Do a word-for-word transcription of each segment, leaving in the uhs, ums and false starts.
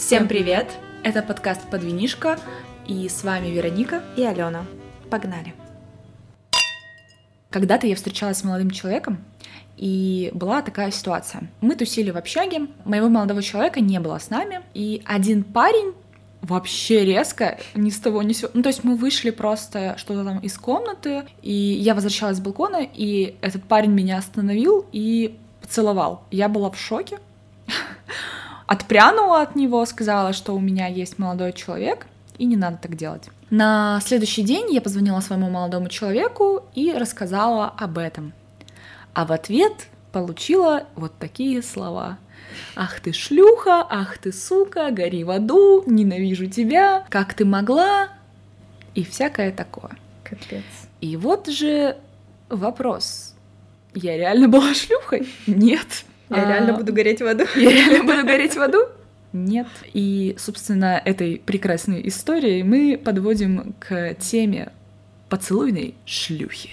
Всем привет! Это подкаст «Подвинишка», и с вами Вероника и Алена. Погнали! Когда-то я встречалась с молодым человеком, и была такая ситуация. Мы тусили в общаге, моего молодого человека не было с нами, и один парень вообще резко, ни с того ни с сего. Ну, то есть мы вышли просто что-то там из комнаты, и я возвращалась с балкона, и этот парень меня остановил и поцеловал. Я была в шоке. Отпрянула от него, сказала, что у меня есть молодой человек, и не надо так делать. На следующий день я позвонила своему молодому человеку и рассказала об этом. А в ответ получила вот такие слова. «Ах ты шлюха, ах ты сука, гори в аду, ненавижу тебя, как ты могла?» И всякое такое. Капец. И вот же вопрос. Я реально была шлюхой? Нет. Я а... реально буду гореть в аду? Я реально буду гореть в аду? Нет. И, собственно, этой прекрасной историей мы подводим к теме поцелуйной шлюхи.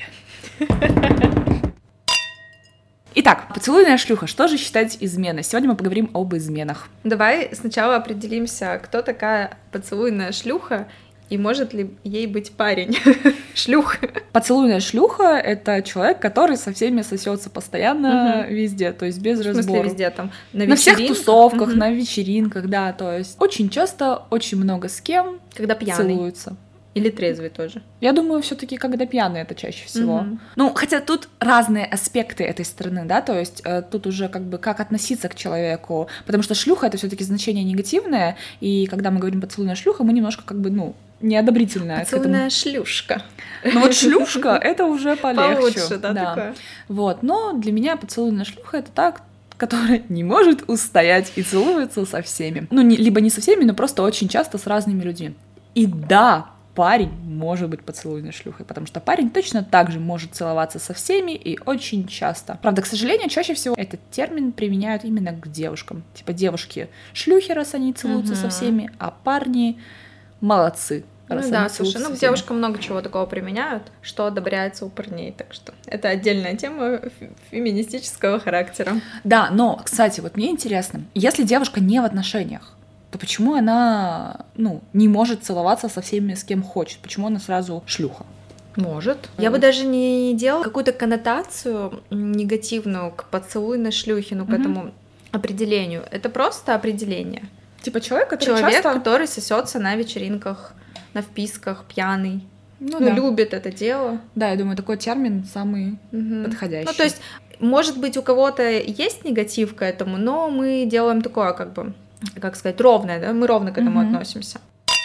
Итак, поцелуйная шлюха. Что же считать изменой? Сегодня мы поговорим об изменах. Давай сначала определимся, кто такая поцелуйная шлюха и может ли ей быть парень. Шлюха. Поцелуйная шлюха — это человек, который со всеми сосется постоянно, угу. везде, то есть без разбора. В смысле везде? Там, на, на всех тусовках, угу. на вечеринках, да, то есть очень часто, очень много с кем когда пьяный. Целуются. Или трезвый тоже? Я думаю, все-таки когда пьяный это чаще всего. Mm-hmm. Ну, хотя тут разные аспекты этой стороны, да, то есть э, тут уже как бы как относиться к человеку, потому что шлюха — это все-таки значение негативное, и когда мы говорим поцелуйная шлюха, мы немножко как бы, ну, неодобрительно. Поцелуйная шлюшка. Ну вот шлюшка — это уже полегче. Получше, да, такое. Вот, но для меня поцелуйная шлюха — это так, которая не может устоять и целуется со всеми. Ну, не, либо не со всеми, но просто очень часто с разными людьми. И да, парень может быть поцелуйной шлюхой, потому что парень точно так же может целоваться со всеми и очень часто. Правда, к сожалению, чаще всего этот термин применяют именно к девушкам. Типа девушки шлюхи, раз они целуются uh-huh. со всеми, а парни молодцы. Ну да, слушай, ну к девушкам много чего такого применяют, что одобряется у парней, так что это отдельная тема феминистического характера. Да, но, кстати, вот мне интересно, если девушка не в отношениях, то почему она, ну, не может целоваться со всеми, с кем хочет? Почему она сразу шлюха? Может. Я бы даже не делала какую-то коннотацию негативную к поцелуйной шлюхе, ну, к mm-hmm. этому определению. Это просто определение. Типа человек, который Человек, часто... который сосется на вечеринках, на вписках, пьяный. Ну, ну да. любит это дело. Да, я думаю, такой термин самый mm-hmm. подходящий. Ну, то есть, может быть, у кого-то есть негатив к этому, но мы делаем такое, как бы, как сказать, ровное, да, мы ровно к этому mm-hmm. относимся.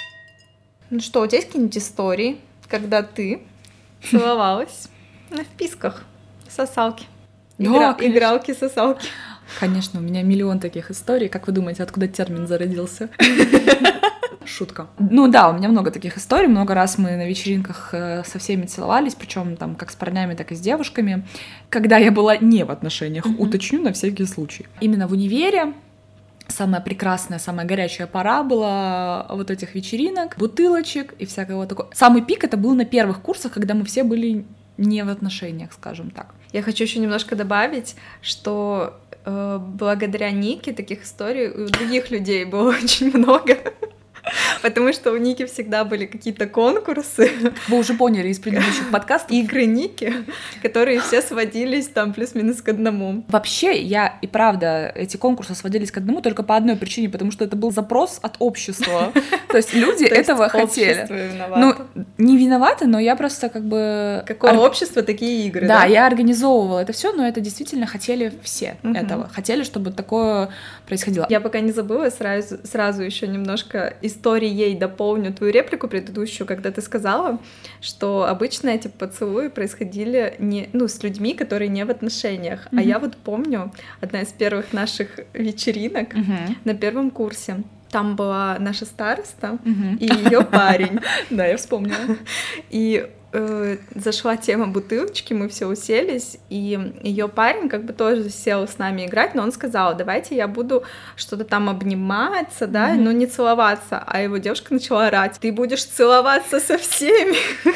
Ну что, у тебя есть какие-нибудь истории, когда ты целовалась на вписках, сосалки, Игра... да, игралки-сосалки? Конечно, у меня миллион таких историй. Как вы думаете, откуда термин зародился? Шутка. Ну да, у меня много таких историй. Много раз мы на вечеринках со всеми целовались, причем там как с парнями, так и с девушками. Когда я была не в отношениях, mm-hmm. уточню на всякий случай. Именно в универе самая прекрасная, самая горячая пора была вот этих вечеринок, бутылочек и всякого такого. Самый пик это был на первых курсах, когда мы все были не в отношениях, скажем так. Я хочу еще немножко добавить, что э, благодаря Нике таких историй у других людей было очень много. Потому что у Ники всегда были какие-то конкурсы. Вы уже поняли из предыдущих подкастов. Игры Ники, которые все сводились там плюс-минус к одному. Вообще, я и правда, эти конкурсы сводились к одному только по одной причине, потому что это был запрос от общества. То есть люди этого хотели. Ну, не виноваты, но я просто как бы... Какое общество, такие игры, да? Да, я организовывала это все, но это действительно хотели все этого. Хотели, чтобы такое происходило. Я пока не забыла, сразу, сразу еще немножко истории ей дополню твою реплику предыдущую, когда ты сказала, что обычно эти поцелуи происходили не, ну, с людьми, которые не в отношениях. Mm-hmm. А я вот помню, одна из первых наших вечеринок mm-hmm. на первом курсе. Там была наша староста mm-hmm. и ее парень. Да, я вспомнила. И зашла тема бутылочки, мы все уселись, и ее парень как бы тоже сел с нами играть, но он сказал, давайте я буду что-то там обниматься, да, mm-hmm. но не целоваться, а его девушка начала орать, ты будешь целоваться со всеми,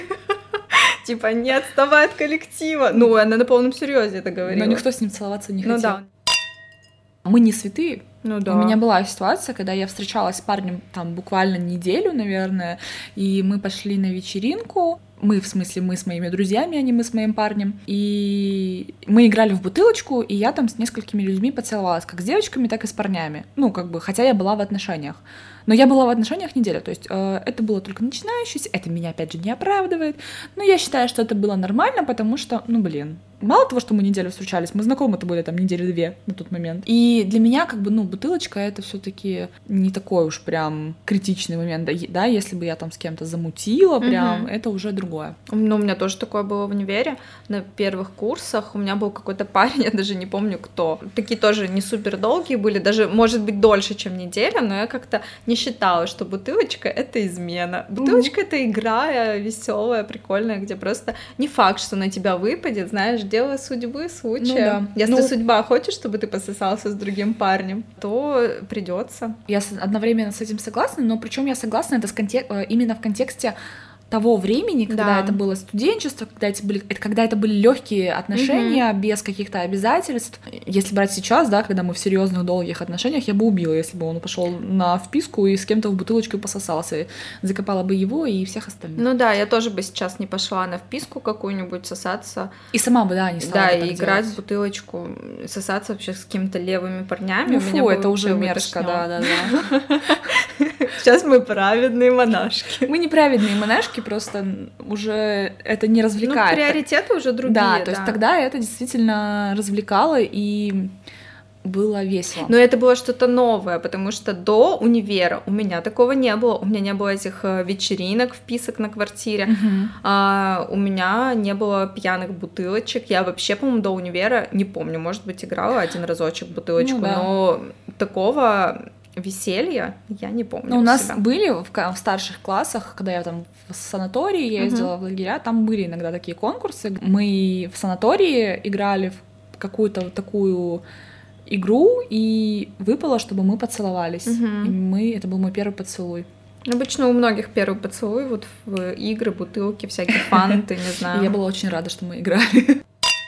типа не отставай от коллектива, ну она на полном серьезе это говорила. Но никто с ним целоваться не хотел. Ну да. Мы не святые, Ну да. У меня была ситуация, когда я встречалась с парнем там буквально неделю, наверное, и мы пошли на вечеринку. Мы, в смысле, мы с моими друзьями, а не мы с моим парнем. И мы играли в бутылочку, и я там с несколькими людьми поцеловалась, как с девочками, так и с парнями. Ну, как бы, хотя я была в отношениях. Но я была в отношениях неделю, то есть э, это было только начинающееся, это меня, опять же, не оправдывает. Но я считаю, что это было нормально, потому что, ну, блин, мало того, что мы неделю встречались, мы знакомы-то были там недели-две на тот момент. И для меня, как бы, ну, бутылочка — это все таки не такой уж прям критичный момент, да, да, если бы я там с кем-то замутила прям, mm-hmm. это уже другое. Ну, у меня тоже такое было в универе, на первых курсах у меня был какой-то парень, я даже не помню кто. Такие тоже не супер долгие были, даже, может быть, дольше, чем неделя, но я как-то не считала, что бутылочка — это измена. Бутылочка mm-hmm. — это игра веселая, прикольная, где просто не факт, что на тебя выпадет, знаешь, дело судьбы, случая. Ну, да. Если ну, судьба хочет, чтобы ты пососался с другим парнем, то придется. Я одновременно с этим согласна, но причем я согласна это с контек... именно в контексте того времени, когда да. это было студенчество, когда, эти были, это, когда это были легкие отношения, mm-hmm. без каких-то обязательств. Если брать сейчас, да, когда мы в серьезных долгих отношениях, я бы убила, если бы он пошел на вписку и с кем-то в бутылочку пососался, закопала бы его и всех остальных. Ну да, я тоже бы сейчас не пошла на вписку какую-нибудь сосаться. И сама бы, да, не стала. Да, и играть в бутылочку, сосаться вообще с какими-то левыми парнями. Ну фу, это уже мерзко, да-да-да. Сейчас мы праведные монашки. Мы не праведные монашки, просто уже это не развлекает. Ну, приоритеты уже другие. Да, да. то есть тогда это действительно развлекало и было весело. Но это было что-то новое, потому что до универа у меня такого не было. У меня не было этих вечеринок, вписок на квартире. Uh-huh. А, у меня не было пьяных бутылочек. Я вообще, по-моему, до универа, не помню, может быть, играла один разочек в бутылочку, ну, да. но такого... веселья я не помню. Ну, у нас себя. были в, в старших классах, когда я там в санатории ездила, uh-huh. в лагеря, там были иногда такие конкурсы. Мы в санатории играли в какую-то вот такую игру, и выпало, чтобы мы поцеловались. Uh-huh. И мы, это был мой первый поцелуй. Обычно у многих первый поцелуй вот в игры, бутылки, всякие фанты, не знаю. Я была очень рада, что мы играли.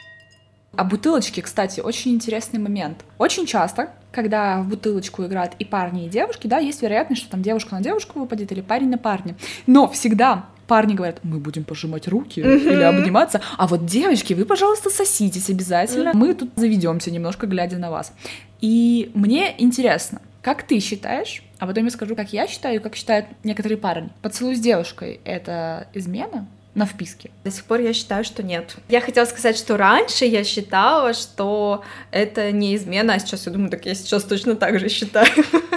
А бутылочки, кстати, очень интересный момент. Очень часто, когда в бутылочку играют и парни, и девушки, да, есть вероятность, что там девушка на девушку выпадет или парень на парня. Но всегда парни говорят, мы будем пожимать руки mm-hmm. или обниматься, а вот девочки, вы, пожалуйста, соситесь обязательно. Mm-hmm. Мы тут заведемся немножко, глядя на вас. И мне интересно, как ты считаешь, а потом я скажу, как я считаю, и как считают некоторые парни. Поцелуй с девушкой — это измена? На вписке. До сих пор я считаю, что нет. Я хотела сказать, что раньше я считала, что это не измена, а сейчас я думаю, так я сейчас точно так же считаю.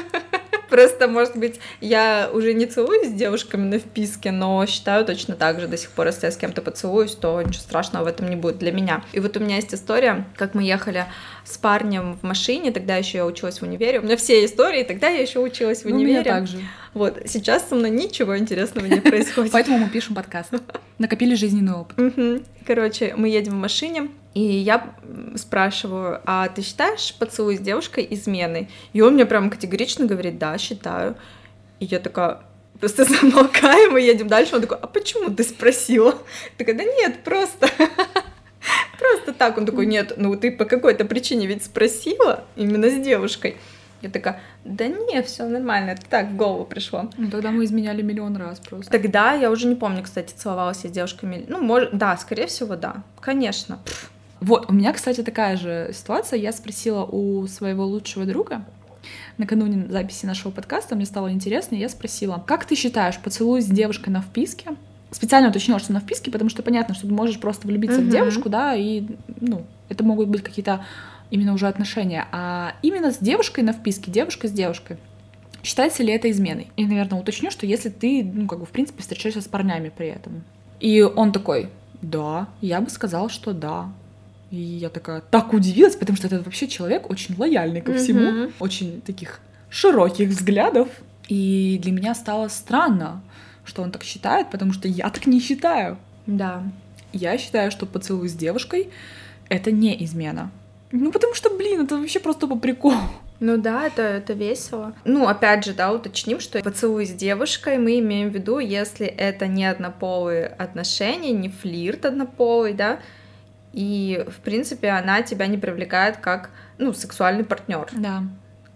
Просто, может быть, я уже не целуюсь с девушками на вписке, но считаю точно так же до сих пор, если я с кем-то поцелуюсь, то ничего страшного в этом не будет для меня. И вот у меня есть история, как мы ехали с парнем в машине, тогда еще я училась в универе. У меня все истории, тогда я еще училась в универе. Ну, у меня также. Вот, сейчас со мной ничего интересного не происходит. Поэтому мы пишем подкаст. Накопили жизненный опыт. Короче, мы едем в машине, и я спрашиваю, а ты считаешь поцелуй с девушкой изменой? И он мне прям категорично говорит, да, считаю. И я такая, просто замолкаем и едем дальше. Он такой, а почему ты спросила? Такая, да нет, просто... Просто так. Он такой, нет, ну ты по какой-то причине ведь спросила именно с девушкой. Я такая, да не, все нормально, это так в голову пришло. Ну, тогда мы изменяли миллион раз просто. Тогда я уже не помню, кстати, целовалась я с девушками. Ну, может, да, скорее всего, да, конечно. Пфф. Вот, у меня, кстати, такая же ситуация. Я спросила у своего лучшего друга накануне записи нашего подкаста, мне стало интересно, и я спросила, как ты считаешь, поцелуй с девушкой на вписке? Специально уточнила, что на вписке, потому что понятно, что ты можешь просто влюбиться uh-huh. в девушку, да, и, ну, это могут быть какие-то именно уже отношения, а именно с девушкой на вписке, девушка с девушкой. Считается ли это изменой? И, наверное, уточню, что если ты, ну, как бы, в принципе, встречаешься с парнями при этом. И он такой, да, я бы сказала, что да. И я такая так удивилась, потому что это вообще человек очень лояльный ко всему, uh-huh. очень таких широких взглядов. И для меня стало странно, что он так считает, потому что я так не считаю. Да. Я считаю, что поцелуй с девушкой — это не измена. Ну, потому что, блин, это вообще просто по приколу. Ну да, это, это весело. Ну, опять же, да, уточним, что поцелуй с девушкой мы имеем в виду, если это не однополые отношения, не флирт однополый, да, и, в принципе, она тебя не привлекает как, ну, сексуальный партнер. Да.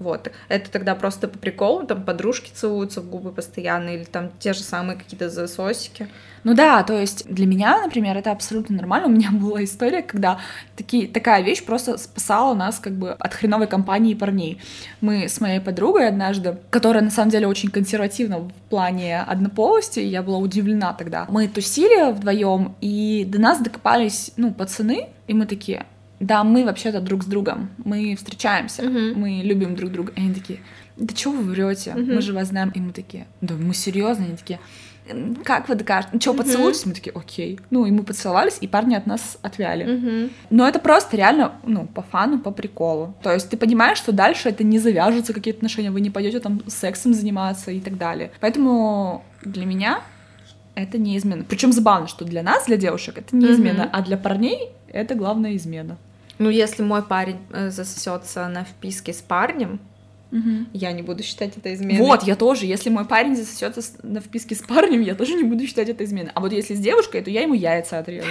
Вот. Это тогда просто по приколу, там подружки целуются в губы постоянно, или там те же самые какие-то засосики. Ну да, то есть для меня, например, это абсолютно нормально. У меня была история, когда такие, такая вещь просто спасала нас как бы от хреновой компании парней. Мы с моей подругой однажды, которая на самом деле очень консервативна в плане однополости, я была удивлена тогда. Мы тусили вдвоем, и до нас докопались, ну, пацаны, и мы такие: да, мы вообще-то друг с другом, мы встречаемся, uh-huh. мы любим друг друга. И они такие: да чего вы врете? Uh-huh. Мы же вас знаем. И мы такие: да, мы серьезно. Они такие: как вы докажете? Ну что, поцелуйтесь? Uh-huh. Мы такие: окей. Ну, и мы поцеловались, и парни от нас отвяли. Uh-huh. Но это просто реально, ну, по фану, по приколу. То есть ты понимаешь, что дальше это не завяжутся какие-то отношения, вы не пойдете там сексом заниматься и так далее. Поэтому для меня это не измена. Причем забавно, что для нас, для девушек, это не измена, uh-huh. а для парней это главная измена. Ну, если мой парень засосется на вписке с парнем, угу. я не буду считать это изменой. Вот, я тоже. Если мой парень засосется на вписке с парнем, я тоже не буду считать это изменой. А вот если с девушкой, то я ему яйца отрежу.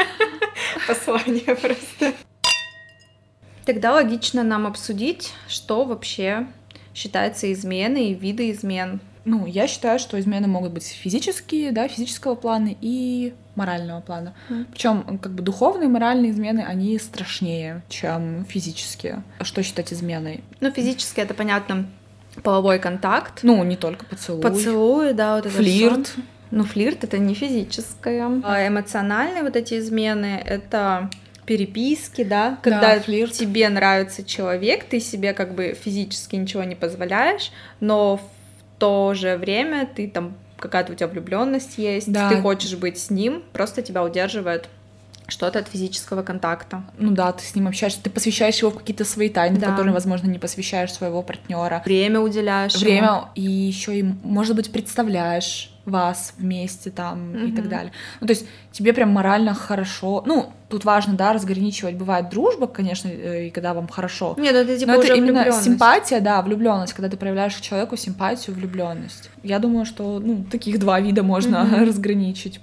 Послание просто. Тогда логично нам обсудить, что вообще считается изменой и виды измен. Ну, я считаю, что измены могут быть физические, да, физического плана и морального плана. Mm. Причем, как бы, духовные и моральные измены, они страшнее, чем физические. Что считать изменой? Ну, физически это, понятно, половой контакт. Ну, не только поцелуй. Поцелуй, да, вот это флирт. Всё. Ну, флирт — это не физическое. А эмоциональные вот эти измены — это переписки, да, когда да, флирт. Тебе нравится человек, ты себе как бы физически ничего не позволяешь, но в то же время ты там, какая-то у тебя влюбленность есть, да. Ты хочешь быть с ним, просто тебя удерживает что-то от физического контакта. Ну да, ты с ним общаешься, ты посвящаешь его в какие-то свои тайны, да. которые, возможно, не посвящаешь своего партнера. Время уделяешь. Время, ему. И еще и, может быть, представляешь вас вместе там угу. и так далее. Ну, то есть тебе прям морально хорошо. Ну, тут важно, да, разграничивать. Бывает дружба, конечно, и когда вам хорошо. Нет, это типа но уже это именно влюблённость. Симпатия, да, влюбленность, когда ты проявляешь к человеку симпатию, влюбленность. Я думаю, что, ну, таких два вида можно угу. разграничить.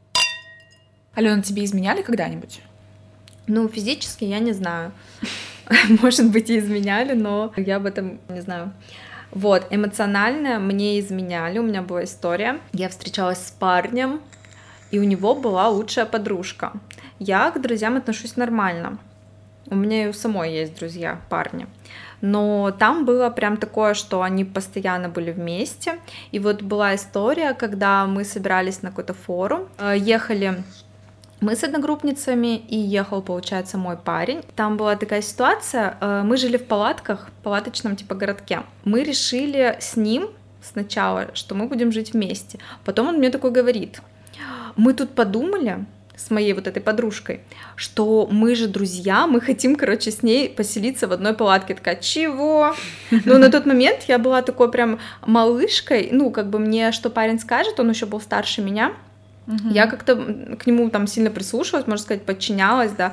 Алена, тебе изменяли когда-нибудь? Ну, физически я не знаю. Может быть, и изменяли, но я об этом не знаю. Вот, эмоционально мне изменяли, у меня была история. Я встречалась с парнем, и у него была лучшая подружка. Я к друзьям отношусь нормально. У меня и у самой есть друзья, парни. Но там было прям такое, что они постоянно были вместе. И вот была история, когда мы собирались на какой-то форум, ехали мы с одногруппницами, и ехал, получается, мой парень. Там была такая ситуация, мы жили в палатках, в палаточном типа городке. Мы решили с ним сначала, что мы будем жить вместе. Потом он мне такой говорит: мы тут подумали с моей вот этой подружкой, что мы же друзья, мы хотим, короче, с ней поселиться в одной палатке. Я такая: чего? Ну, на тот момент я была такой прям малышкой, ну, как бы мне что парень скажет, он еще был старше меня. Uh-huh. Я как-то к нему там сильно прислушивалась, можно сказать, подчинялась, да.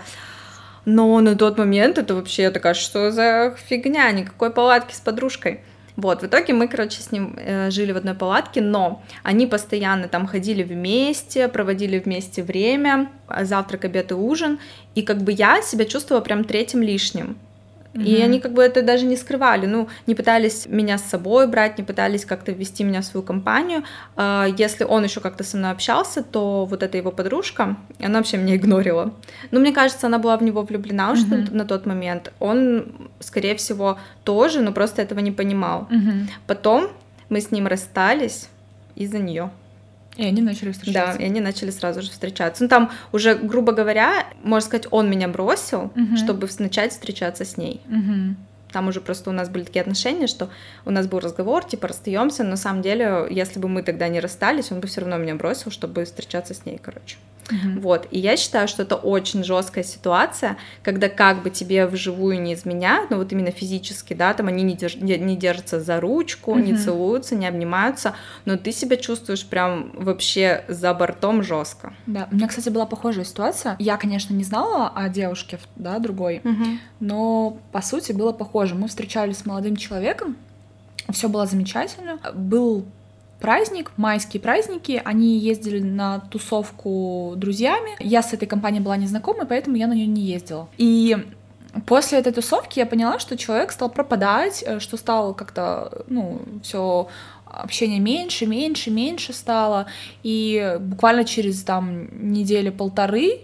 Но на тот момент это вообще я такая: что за фигня, никакой палатки с подружкой. Вот, в итоге мы, короче, с ним э, жили в одной палатке, но они постоянно там ходили вместе, проводили вместе время, завтрак, обед и ужин, и как бы я себя чувствовала прям третьим лишним. Mm-hmm. И они как бы это даже не скрывали, ну, не пытались меня с собой брать, не пытались как-то ввести меня в свою компанию. Если он еще как-то со мной общался, то вот эта его подружка, она вообще меня игнорила. Ну, мне кажется, она была в него влюблена уже mm-hmm. на тот момент. Он, скорее всего, тоже, но просто этого не понимал. Mm-hmm. Потом мы с ним расстались из-за нее. И они начали встречаться. Да, и они начали сразу же встречаться. Ну, там уже, грубо говоря, можно сказать, он меня бросил, uh-huh. чтобы начать встречаться с ней. Uh-huh. Там уже просто у нас были такие отношения, что у нас был разговор, типа, расстаемся, но на самом деле, если бы мы тогда не расстались, он бы все равно меня бросил, чтобы встречаться с ней, короче. Uh-huh. Вот, и я считаю, что это очень жесткая ситуация, когда как бы тебе вживую не изменяют, но вот именно физически, да, там они не, держ... не держатся за ручку, uh-huh. не целуются, не обнимаются, но ты себя чувствуешь прям вообще за бортом жестко. Да, у меня, кстати, была похожая ситуация. Я, конечно, не знала о девушке, да, другой, uh-huh. но по сути было похоже. Мы встречались с молодым человеком, все было замечательно, был праздник, майские праздники, они ездили на тусовку друзьями. Я с этой компанией была не знакома, поэтому я на нее не ездила. И после этой тусовки я поняла, что человек стал пропадать, что стало как-то, ну, все общение меньше, меньше, меньше стало, и буквально через там недели-полторы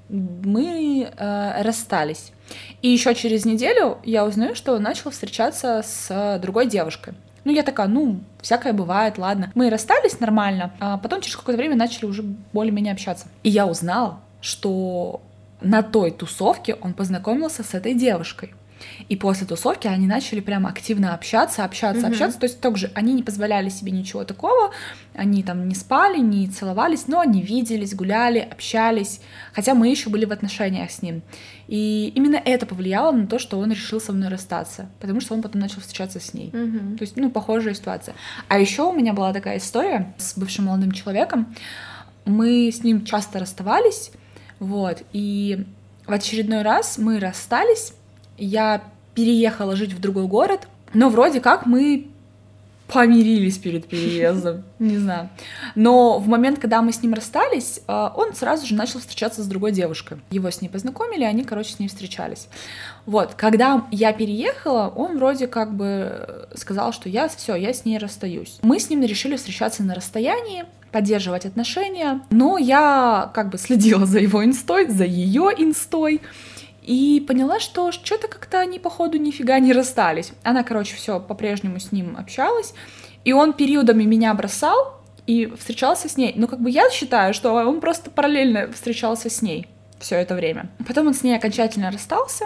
мы э, расстались. И еще через неделю я узнаю, что он начал встречаться с другой девушкой. Ну, я такая, ну, всякое бывает, ладно. Мы расстались нормально, а потом через какое-то время начали уже более-менее общаться. И я узнала, что на той тусовке он познакомился с этой девушкой. И после тусовки они начали прямо активно общаться, общаться, mm-hmm. общаться. То есть также они не позволяли себе ничего такого, они там не спали, не целовались, но они виделись, гуляли, общались, хотя мы еще были в отношениях с ним. И именно это повлияло на то, что он решил со мной расстаться, потому что он потом начал встречаться с ней. Mm-hmm. То есть, ну, похожая ситуация. А еще у меня была такая история с бывшим молодым человеком. Мы с ним часто расставались, вот, и в очередной раз мы расстались. Я переехала жить в другой город, но вроде как мы помирились перед переездом, не знаю. Но в момент, когда мы с ним расстались, он сразу же начал встречаться с другой девушкой. Его с ней познакомили, они, короче, с ней встречались. Вот, когда я переехала, он вроде как бы сказал, что я все, я с ней расстаюсь. Мы с ним решили встречаться на расстоянии, поддерживать отношения, но я как бы следила за его инстой, за ее инстой, и поняла, что что-то как-то они, походу, нифига не расстались. Она, короче, все по-прежнему с ним общалась, и он периодами меня бросал и встречался с ней. Но как бы я считаю, что он просто параллельно встречался с ней все это время. Потом он с ней окончательно расстался,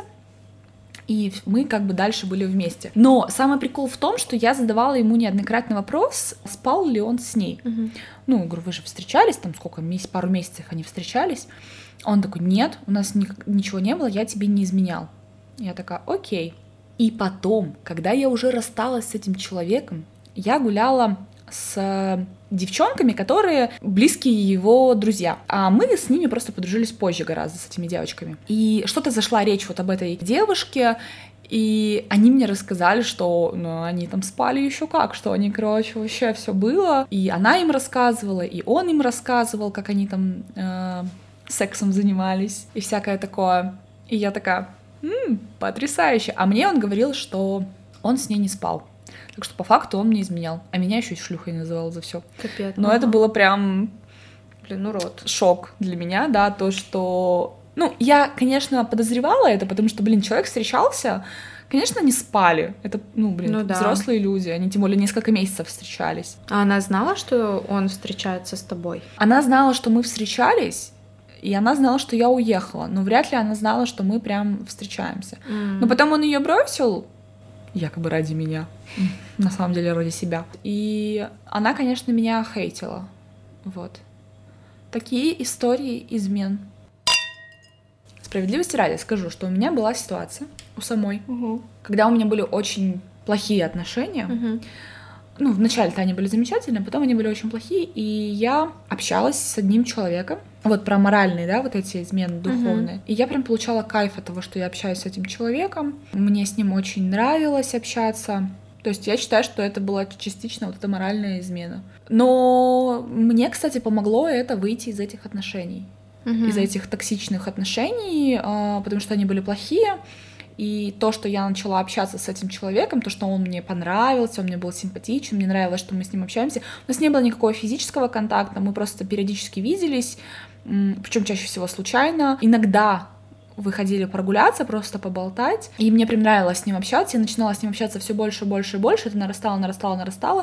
и мы как бы дальше были вместе. Но самый прикол в том, что я задавала ему неоднократно вопрос, спал ли он с ней. Uh-huh. Ну, я говорю, вы же встречались, там сколько, месяц, пару месяцев они встречались. Он такой, нет, у нас ни, ничего не было, я тебе не изменял. Я такая, окей. И потом, когда я уже рассталась с этим человеком, я гуляла с девчонками, которые близкие его друзья. А мы с ними просто подружились позже гораздо, с этими девочками. И что-то зашла речь вот об этой девушке, и они мне рассказали, что ну, они там спали еще как, что они, короче, вообще все было. И она им рассказывала, и он им рассказывал, как они там э, сексом занимались, и всякое такое. И я такая, м-м, потрясающе. А мне он говорил, что он с ней не спал. Так что по факту он мне изменял. А меня еще и шлюхой называл за все. Капец. Но ага. это было прям... Блин, урод. Шок для меня, да, то, что... Ну, я, конечно, подозревала это, потому что, блин, человек встречался, конечно, не спали. Это, ну, блин, ну, да. взрослые люди, они тем более несколько месяцев встречались. А она знала, что он встречается с тобой? Она знала, что мы встречались, и она знала, что я уехала, но вряд ли она знала, что мы прям встречаемся. Mm. Но потом он ее бросил, якобы ради меня, на самом деле ради себя. И она, конечно, меня хейтила. Вот. Такие истории измен. Справедливости ради скажу, что у меня была ситуация у самой, угу. когда у меня были очень плохие отношения. Угу. Ну, вначале-то они были замечательные, потом они были очень плохие, и я общалась с одним человеком, вот про моральные, да, вот эти измены духовные, uh-huh. и я прям получала кайф от того, что я общаюсь с этим человеком, мне с ним очень нравилось общаться, то есть я считаю, что это была частично вот эта моральная измена. Но мне, кстати, помогло это выйти из этих отношений, uh-huh. из этих токсичных отношений, потому что они были плохие. И то, что я начала общаться с этим человеком, то, что он мне понравился, он мне был симпатичен, мне нравилось, что мы с ним общаемся. У нас не было никакого физического контакта, мы просто периодически виделись, причем чаще всего случайно. Иногда выходили прогуляться, просто поболтать. И мне прям нравилось с ним общаться. Я начинала с ним общаться все больше, больше и больше. Это нарастало, нарастало, нарастало.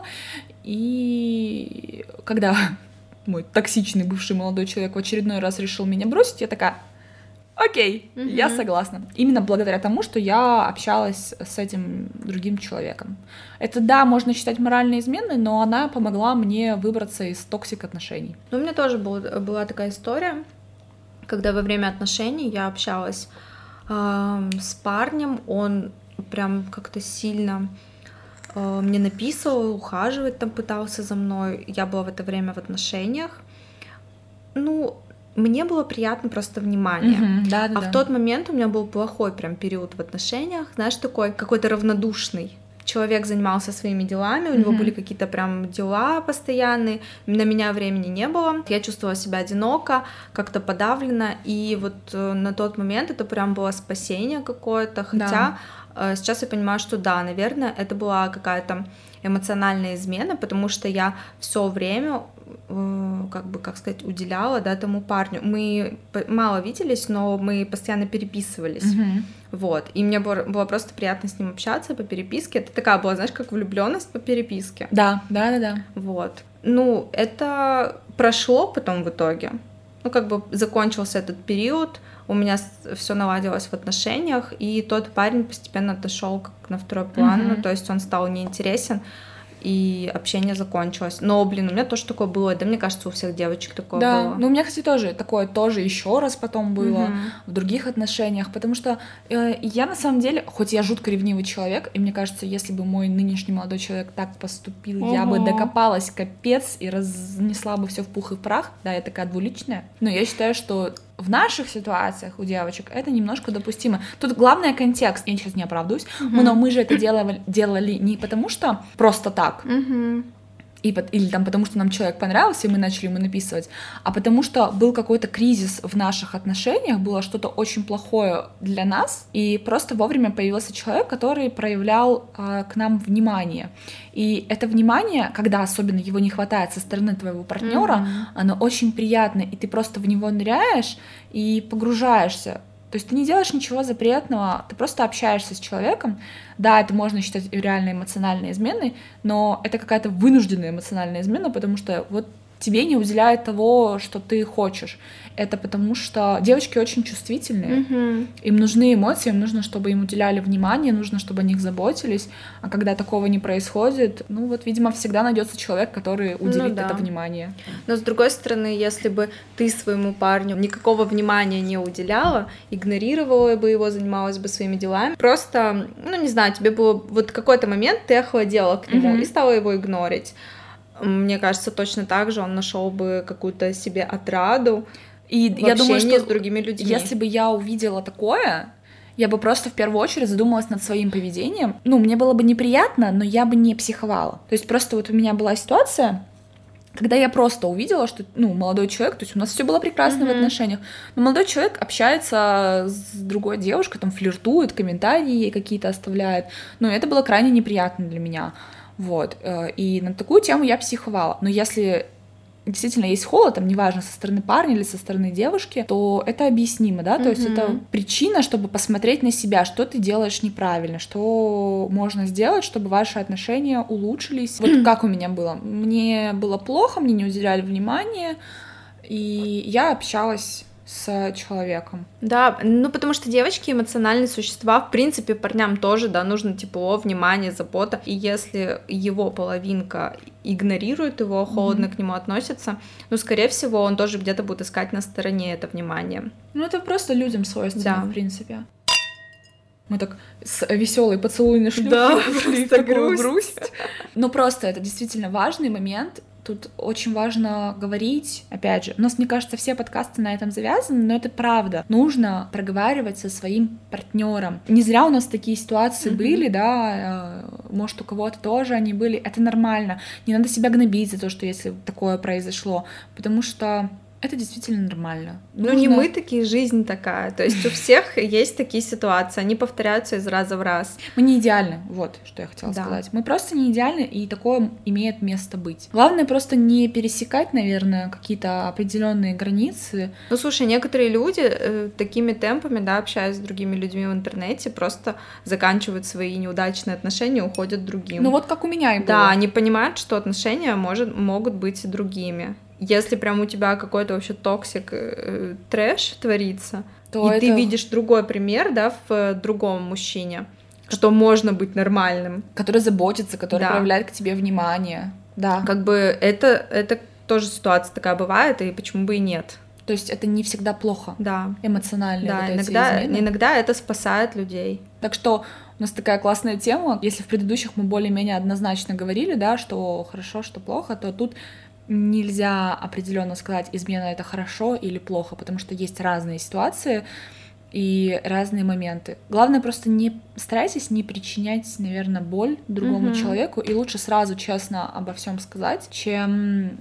И когда мой токсичный бывший молодой человек в очередной раз решил меня бросить, я такая... Окей, okay, mm-hmm. я согласна. Именно благодаря тому, что я общалась с этим другим человеком. Это, да, можно считать моральной изменой, но она помогла мне выбраться из токсик отношений. Ну, у меня тоже был, была такая история, когда во время отношений я общалась э, с парнем, он прям как-то сильно э, мне написывал, ухаживать там пытался за мной. Я была в это время в отношениях. Ну... Мне было приятно просто внимание. Mm-hmm, да, да, а да. в тот момент у меня был плохой прям период в отношениях, знаешь, такой какой-то равнодушный. человек занимался своими делами, у mm-hmm. него были какие-то прям дела постоянные, на меня времени не было, я чувствовала себя одиноко, как-то подавлена, и вот на тот момент это прям было спасение какое-то, хотя да. сейчас я понимаю, что да, наверное, это была какая-то эмоциональная измена, потому что я все время, как бы, как сказать, уделяла, да, тому парню. Мы мало виделись, но мы постоянно переписывались, mm-hmm. вот, и мне было, было просто приятно с ним общаться по переписке, это такая была, знаешь, как влюбленность по переписке. Да, да, да, да. Вот, ну, это прошло потом в итоге, ну, как бы закончился этот период, у меня все наладилось в отношениях, и тот парень постепенно отошел как на второй план, mm-hmm. ну, то есть он стал неинтересен, и общение закончилось. Но, блин, у меня тоже такое было, да, мне кажется, у всех девочек такое да, было. Да, ну у меня, кстати, тоже такое тоже еще раз потом было mm-hmm. в других отношениях, потому что э, я на самом деле, хоть я жутко ревнивый человек, и мне кажется, если бы мой нынешний молодой человек так поступил, uh-huh. я бы докопалась капец и разнесла бы все в пух и в прах, да, я такая двуличная, но я считаю, что в наших ситуациях у девочек это немножко допустимо. Тут главное контекст. Я сейчас не оправдываюсь, uh-huh. но мы же это делали, делали не потому, что просто так, uh-huh. и, или там потому, что нам человек понравился, и мы начали ему написывать, а потому что был какой-то кризис в наших отношениях, было что-то очень плохое для нас, и просто вовремя появился человек, который проявлял э, к нам внимание. И это внимание, когда особенно его не хватает со стороны твоего партнера, mm-hmm. оно очень приятно, и ты просто в него ныряешь и погружаешься. То есть ты не делаешь ничего запретного, ты просто общаешься с человеком. Да, это можно считать реально эмоциональной изменой, но это какая-то вынужденная эмоциональная измена, потому что вот тебе не уделяет того, что ты хочешь. Это потому что девочки очень чувствительные, mm-hmm. им нужны эмоции, им нужно, чтобы им уделяли внимание, нужно, чтобы о них заботились, а когда такого не происходит, ну вот, видимо, всегда найдется человек, который уделит ну, да. это внимание. Но с другой стороны, если бы ты своему парню никакого внимания не уделяла, игнорировала бы его, занималась бы своими делами, просто, ну не знаю, тебе было вот какой-то момент ты охладела к нему mm-hmm. и стала его игнорить. Мне кажется, точно так же он нашел бы какую-то себе отраду. И в я думаю, что с другими людьми. Если бы я увидела такое, я бы просто в первую очередь задумалась над своим поведением. Ну, мне было бы неприятно, но я бы не психовала. То есть просто вот у меня была ситуация, когда я просто увидела, что, ну, молодой человек, то есть у нас все было прекрасно mm-hmm. в отношениях, но молодой человек общается с другой девушкой, там флиртует, комментарии ей какие-то оставляет. Ну, это было крайне неприятно для меня. Вот. И на такую тему я психовала. Но если действительно есть холод, там, неважно, со стороны парня или со стороны девушки, то это объяснимо, да, то mm-hmm. есть это причина, чтобы посмотреть на себя, что ты делаешь неправильно, что можно сделать, чтобы ваши отношения улучшились. Вот как у меня было. Мне было плохо, мне не уделяли внимания, и я общалась с человеком. Да, ну потому что девочки эмоциональные существа, в принципе, парням тоже, да, нужно тепло, внимание, забота, и если его половинка игнорирует его, холодно mm-hmm. к нему относится, ну, скорее всего, он тоже где-то будет искать на стороне это внимание. Ну, это просто людям свойственно, да. в принципе. Мы так с веселой поцелуйной шлюхи да, ушли в такую грусть. Но просто это действительно важный момент. Тут очень важно говорить, опять же, у нас, мне кажется, все подкасты на этом завязаны, но это правда. Нужно проговаривать со своим партнером. Не зря у нас такие ситуации mm-hmm. были, да, может, у кого-то тоже они были. Это нормально. Не надо себя гнобить за то, что если такое произошло, потому что это действительно нормально. Нужно... Ну, не мы такие, жизнь такая. То есть у всех есть такие ситуации, они повторяются из раза в раз. Мы не идеальны, вот что я хотела да. сказать. Мы просто не идеальны, и такое имеет место быть. Главное просто не пересекать, наверное, какие-то определенные границы. Ну, слушай, некоторые люди э, такими темпами, да, общаясь с другими людьми в интернете, просто заканчивают свои неудачные отношения, уходят другим. Ну, вот как у меня и было. Да, они понимают, что отношения может, могут быть и другими. Если прям у тебя какой-то вообще токсик, э, трэш творится, то и это... ты видишь другой пример, да, в другом мужчине, что можно быть нормальным. Который заботится, который да. проявляет к тебе внимание. Да. Как бы это, это тоже ситуация такая бывает, и почему бы и нет. То есть это не всегда плохо. Да. Эмоционально. Да, вот иногда, иногда это спасает людей. Так что у нас такая классная тема. Если в предыдущих мы более-менее однозначно говорили, да, что хорошо, что плохо, то тут нельзя определенно сказать, измена — это хорошо или плохо, потому что есть разные ситуации, и разные моменты. Главное просто не старайтесь не причинять, наверное, боль другому mm-hmm. человеку, и лучше сразу честно обо всем сказать, чем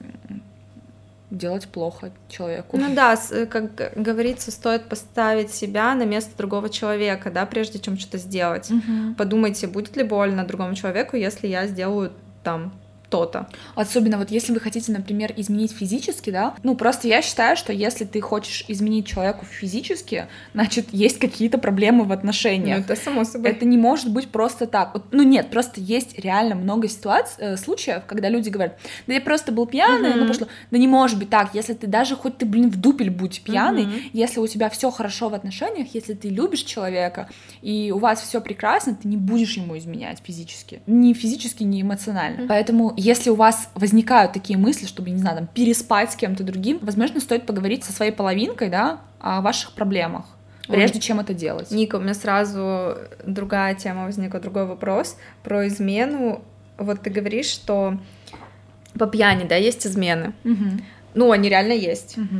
делать плохо человеку. Ну да, как говорится, стоит поставить себя на место другого человека, да, прежде чем что-то сделать. Mm-hmm. Подумайте, будет ли больно другому человеку, если я сделаю там то-то. Особенно вот если вы хотите, например, изменить физически, да, ну просто я считаю, что если ты хочешь изменить человеку физически, значит, есть какие-то проблемы в отношениях. Ну, это само собой. Это не может быть просто так. Вот, ну нет, просто есть реально много ситуаций, э, случаев, когда люди говорят, да я просто был пьяный, mm-hmm. ну пошло. Да не может быть так, если ты даже хоть ты, блин, в дупель будь пьяный, mm-hmm. если у тебя все хорошо в отношениях, если ты любишь человека, и у вас все прекрасно, ты не будешь ему изменять физически. Ни физически, ни эмоционально. Mm-hmm. Поэтому если у вас возникают такие мысли, чтобы, не знаю, там, переспать с кем-то другим, возможно, стоит поговорить со своей половинкой, да, о ваших проблемах, прежде Ой. чем это делать. Ника, у меня сразу другая тема возникла, другой вопрос про измену. Вот ты говоришь, что по пьяни, да, есть измены. Угу. Ну, они реально есть. Угу.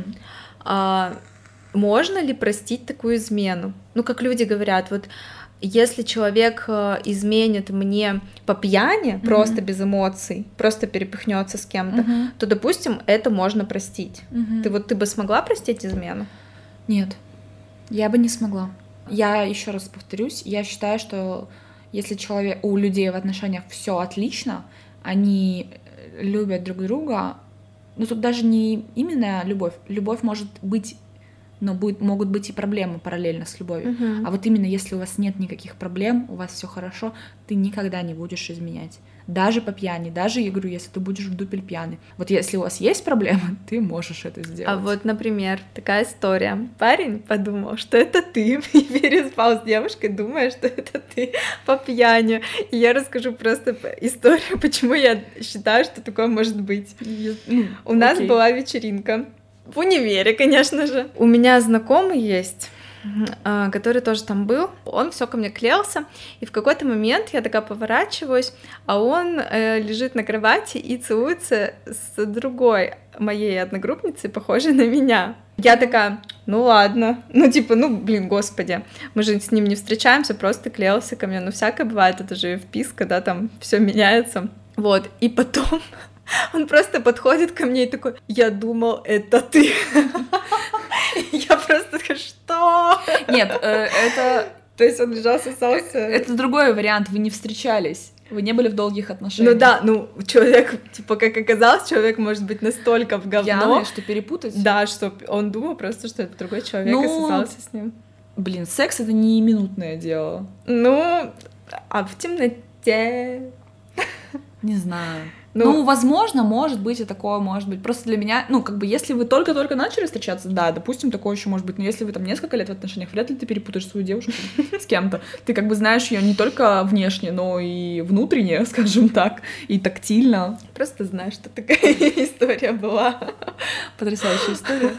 А, можно ли простить такую измену? Ну, как люди говорят, вот если человек изменит мне по пьяни, mm-hmm. просто без эмоций, просто перепихнется с кем-то, mm-hmm. то, допустим, это можно простить. Mm-hmm. Ты вот ты бы смогла простить измену? Нет, я бы не смогла. Я еще раз повторюсь, я считаю, что если человек, у людей в отношениях все отлично, они любят друг друга, но тут даже не именно любовь. Любовь может быть, но будет, могут быть и проблемы параллельно с любовью. Uh-huh. А вот именно если у вас нет никаких проблем, у вас все хорошо, ты никогда не будешь изменять. Даже по пьяни, даже, я говорю, если ты будешь в дупель пьяный. Вот если у вас есть проблемы, ты можешь это сделать. А вот, например, такая история. Парень подумал, что это ты, и переспал с девушкой, думая, что это ты по пьяни. И я расскажу просто историю, почему я считаю, что такое может быть. Mm, у нас okay. была вечеринка. В универе, конечно же. У меня знакомый есть, который тоже там был. Он все ко мне клеился, и в какой-то момент я такая поворачиваюсь, а он э, лежит на кровати и целуется с другой моей одногруппницей, похожей на меня. Я такая, ну ладно, ну типа, ну блин, господи, мы же с ним не встречаемся, просто клеился ко мне, ну всякое бывает, это же вписка, да, там все меняется. Вот, и потом он просто подходит ко мне и такой, я думал, это ты. Я просто такая, что? Нет, это... То есть он лежал, сосался. Это другой вариант, вы не встречались. Вы не были в долгих отношениях. Ну да, ну человек, типа, как оказалось, человек может быть настолько в говно. Пьяный, что перепутать. Да, что он думал просто, что это другой человек, ну, и сосался с ним. Блин, секс — это не минутное дело. Ну, а в темноте... Не знаю. Ну, ну, возможно, может быть и такое, может быть. Просто для меня, ну, как бы, если вы только-только начали встречаться, да, допустим, такое еще может быть. Но если вы там несколько лет в отношениях, вряд ли ты перепутаешь свою девушку с кем-то. Ты как бы знаешь ее не только внешне, но и внутренне, скажем так, и тактильно. Просто знаешь, что такая история была. Потрясающая история.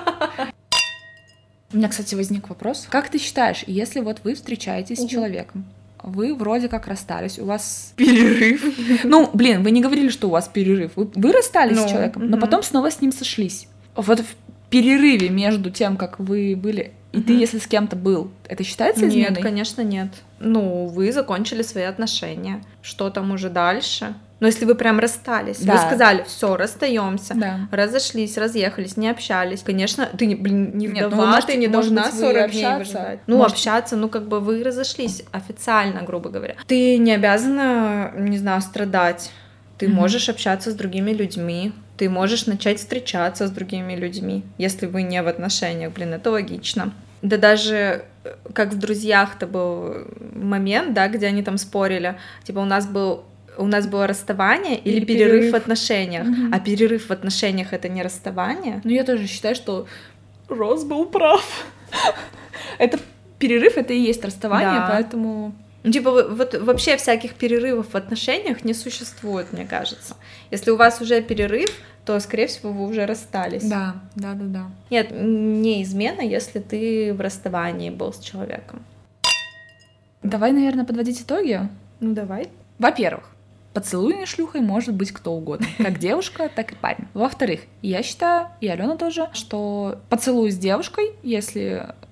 У меня, кстати, возник вопрос. Как ты считаешь, если вот вы встречаетесь с человеком, вы вроде как расстались, у вас перерыв. Ну, блин, вы не говорили, что у вас перерыв. Вы, вы расстались ну, с человеком, угу. но потом снова с ним сошлись. Вот в перерыве между тем, как вы были, и угу. ты, если с кем-то был, это считается изменой? Нет, конечно, нет. Ну, вы закончили свои отношения. Что там уже дальше? Но если вы прям расстались, да. вы сказали, все, расстаемся, да. разошлись, разъехались, не общались. Конечно, ты, блин, не вдова, Нет, ну, можете, ты не должна быть, сорок дней выжидать. Ну, может... общаться, ну, как бы вы разошлись официально, грубо говоря. Ты не обязана, не знаю, страдать. Ты mm-hmm. можешь общаться с другими людьми, ты можешь начать встречаться с другими людьми, если вы не в отношениях. Блин, это логично. Да даже как в «Друзьях»-то был момент, да, где они там спорили. Типа у нас был... У нас было расставание или, или перерыв. перерыв в отношениях. Mm-hmm. А перерыв в отношениях — это не расставание? Ну, я тоже считаю, что Рос был прав. Это перерыв, это и есть расставание, да. поэтому... Ну, типа, вот вообще всяких перерывов в отношениях не существует, мне кажется. Если у вас уже перерыв, то, скорее всего, вы уже расстались. Да, да, да, да. Нет, не измена, если ты в расставании был с человеком. Давай, наверное, подводить итоги. Ну, давай. Во-первых, поцелуйной шлюхой может быть кто угодно, как девушка, так и парень. Во-вторых, я считаю, и Алена тоже, что поцелуй с девушкой, если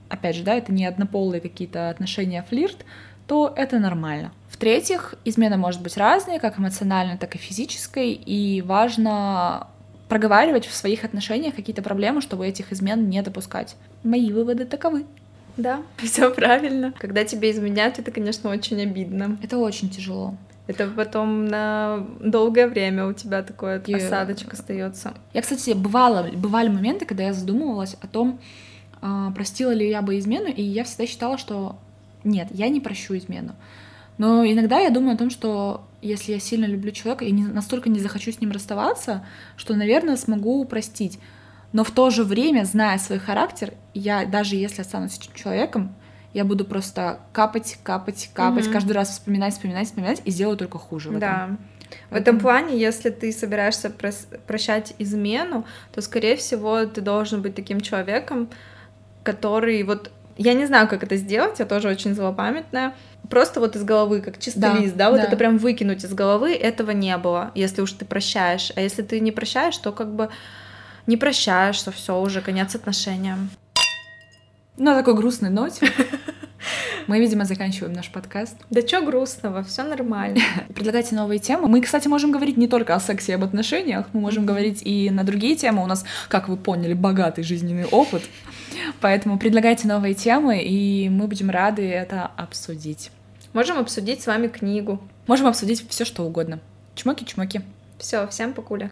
опять же, да, это не однополые какие-то отношения, а флирт, то это нормально. В-третьих, измена может быть разной, как эмоциональной, так и физической, и важно проговаривать в своих отношениях какие-то проблемы, чтобы этих измен не допускать. Мои выводы таковы. Да, все правильно. Когда тебе изменяют, это, конечно, очень обидно. Это очень тяжело. Это потом на долгое время у тебя такой и... осадочек остается. Я, кстати, бывало, бывали моменты, когда я задумывалась о том, простила ли я бы измену, и я всегда считала, что нет, я не прощу измену. Но иногда я думаю о том, что если я сильно люблю человека, я не, настолько не захочу с ним расставаться, что, наверное, смогу простить. Но в то же время, зная свой характер, я, даже если останусь с этим человеком, я буду просто капать, капать, капать, mm-hmm. каждый раз вспоминать, вспоминать, вспоминать, и сделаю только хуже в этом. Да. В Поэтому... этом плане, если ты собираешься прощать измену, то, скорее всего, ты должен быть таким человеком, который вот... Я не знаю, как это сделать, я тоже очень злопамятная. Просто вот из головы, как чистый да, лист, да, вот да. это прям выкинуть из головы, этого не было, если уж ты прощаешь. А если ты не прощаешь, то как бы не прощаешь, что все уже конец отношениям. На такой грустной ноте мы, видимо, заканчиваем наш подкаст. Да чё грустного, все нормально. Предлагайте новые темы. Мы, кстати, можем говорить не только о сексе и об отношениях, мы можем mm-hmm. говорить и на другие темы. У нас, как вы поняли, богатый жизненный опыт. Поэтому предлагайте новые темы, и мы будем рады это обсудить. Можем обсудить с вами книгу. Можем обсудить все, что угодно. Чмоки-чмоки. Все, всем покуля.